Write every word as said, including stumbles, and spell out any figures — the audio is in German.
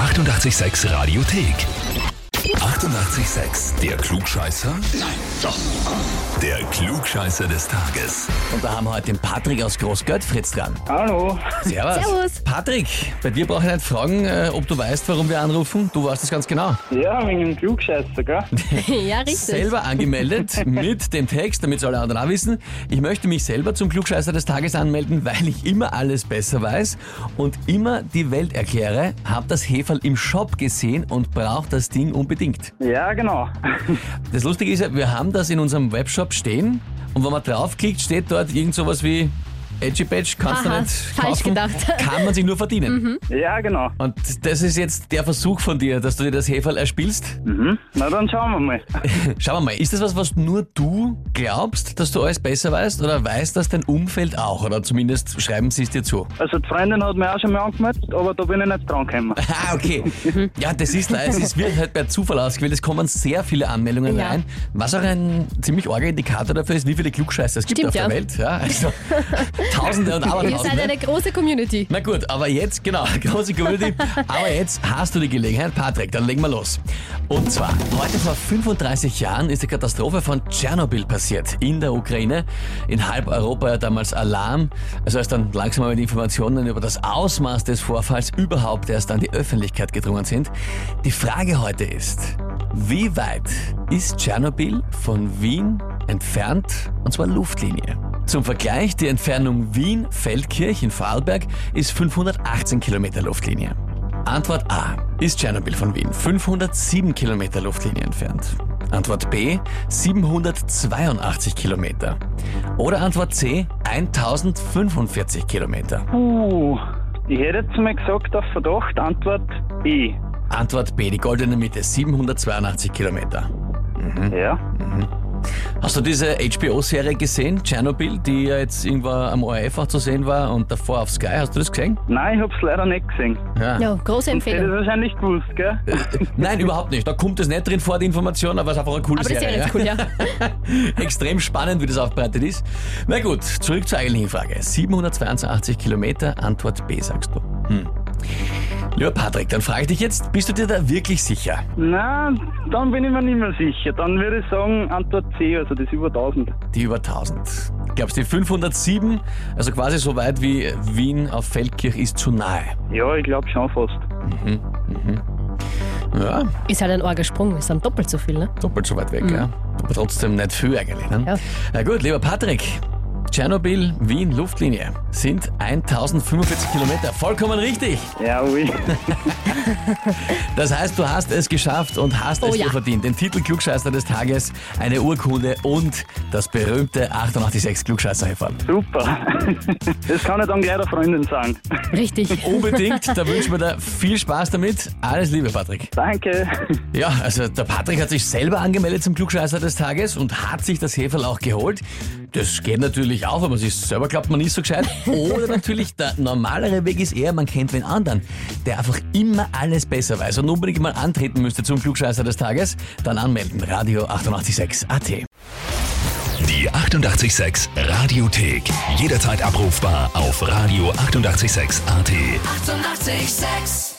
achtundachtzig Komma sechs Radiothek. achtundachtzig Komma sechs, der Klugscheißer? Nein, doch. Der Klugscheißer des Tages. Und da haben wir heute den Patrick aus Großgöttfritz dran. Hallo. Servus. Servus. Patrick, bei dir brauche ich nicht fragen, äh, ob du weißt, warum wir anrufen. Du weißt es ganz genau. Ja, wegen dem Klugscheißer, gell? Ja, richtig. Selber angemeldet mit dem Text, damit es alle anderen auch wissen. Ich möchte mich selber zum Klugscheißer des Tages anmelden, weil ich immer alles besser weiß und immer die Welt erkläre. Hab das Heferl im Shop gesehen und brauche das Ding unbedingt. Ja, genau. Das Lustige ist ja, wir haben das in unserem Webshop stehen und wenn man draufklickt, steht dort irgend sowas wie Edgy Badge, kannst Haha, du nicht falsch kaufen, gedacht. kann man sich nur verdienen. Ja, genau. Und das ist jetzt der Versuch von dir, dass du dir das Heferl erspielst. Mhm. Na, dann schauen wir mal. Schauen wir mal, ist das was, was nur du glaubst, dass du alles besser weißt oder weiß das dein Umfeld auch? Oder zumindest schreiben sie es dir zu? Also die Freundin hat mich auch schon mal angemeldet, aber da bin ich nicht dran gekommen. Ah, okay. Ja, das ist leider, es wird halt per Zufall ausgewählt. Es kommen sehr viele Anmeldungen Ja. rein. Was auch ein ziemlich arger Indikator dafür ist, wie viele Klugscheißer es gibt Stimmt, auf der ja. Welt. Ja, also Tausende und Ihr seid Abertausende. eine große Community. Na gut, aber jetzt, genau, große Community. Aber jetzt hast du die Gelegenheit, Patrick, dann legen wir los. Und zwar, heute vor fünfunddreißig Jahren ist die Katastrophe von Tschernobyl passiert in der Ukraine. In halb Europa ja damals Alarm. Also als dann langsam mal die Informationen über das Ausmaß des Vorfalls überhaupt erst an die Öffentlichkeit gedrungen sind. Die Frage heute ist, wie weit ist Tschernobyl von Wien entfernt, und zwar Luftlinie? Zum Vergleich, die Entfernung Wien-Feldkirch in Vorarlberg ist fünfhundertachtzehn Kilometer Luftlinie. Antwort A. Ist Tschernobyl von Wien fünfhundertsieben Kilometer Luftlinie entfernt? Antwort B. siebenhundertzweiundachtzig Kilometer. Oder Antwort C. tausendfünfundvierzig Kilometer. Uh, ich hätte jetzt mal gesagt, auf Verdacht, Antwort B. Antwort B. Die goldene Mitte. siebenhundertzweiundachtzig Kilometer. Ja. Hast du diese H B O-Serie gesehen, Tschernobyl, die ja jetzt irgendwo am O R F auch zu sehen war und davor auf Sky? Hast du das gesehen? Nein, ich hab's leider nicht gesehen. Ja. Ja, große Ich hätte es Empfehlung. wahrscheinlich gewusst, gell? Nein, überhaupt nicht. Da kommt es nicht drin vor, die Information, aber es ist einfach eine coole Aber die Serie. Serie ist cool, ja. Extrem spannend, wie das aufbereitet ist. Na gut, zurück zur eigentlichen Frage. siebenhundertzweiundachtzig Kilometer, Antwort B, sagst du. Hm. Lieber Patrick, dann frage ich dich jetzt, bist du dir da wirklich sicher? Na, dann bin ich mir nicht mehr sicher. Dann würde ich sagen, Antwort C, also das über tausend. Die über tausend. Glaubst du, die fünfhundertsieben, also quasi so weit wie Wien auf Feldkirch, ist zu nahe? Ja, ich glaube schon fast. Ja, Ist halt ein arger Sprung, ist dann doppelt so viel, ne? doppelt so weit weg, ja. Aber trotzdem nicht viel eigentlich. Ne? Ja. Na gut, lieber Patrick, Tschernobyl, Wien, Luftlinie sind tausendfünfundvierzig Kilometer. Vollkommen richtig. Ja, ui. Das heißt, du hast es geschafft und hast Oh es ja. dir verdient. Den Titel Klugscheißer des Tages, eine Urkunde und das berühmte achtundachtzig Komma sechs Klugscheißer-Heferl. Super. Das kann ich dann gleich der Freundin sagen. Richtig. Unbedingt, da wünschen wir dir viel Spaß damit. Alles Liebe, Patrick. Danke. Ja, also der Patrick hat sich selber angemeldet zum Klugscheißer des Tages und hat sich das Heferl auch geholt. Das geht natürlich auch, wenn man sich selber glaubt, man ist so gescheit. Oder natürlich der normalere Weg ist eher, man kennt den anderen, der einfach immer alles besser weiß und unbedingt mal antreten müsste zum Klugscheißer des Tages. Dann anmelden, Radio achtundachtzig Komma sechs A T. Die achtundachtzig Komma sechs Radiothek. Jederzeit abrufbar auf Radio achtundachtzig Komma sechs A T. Eighty-eight point six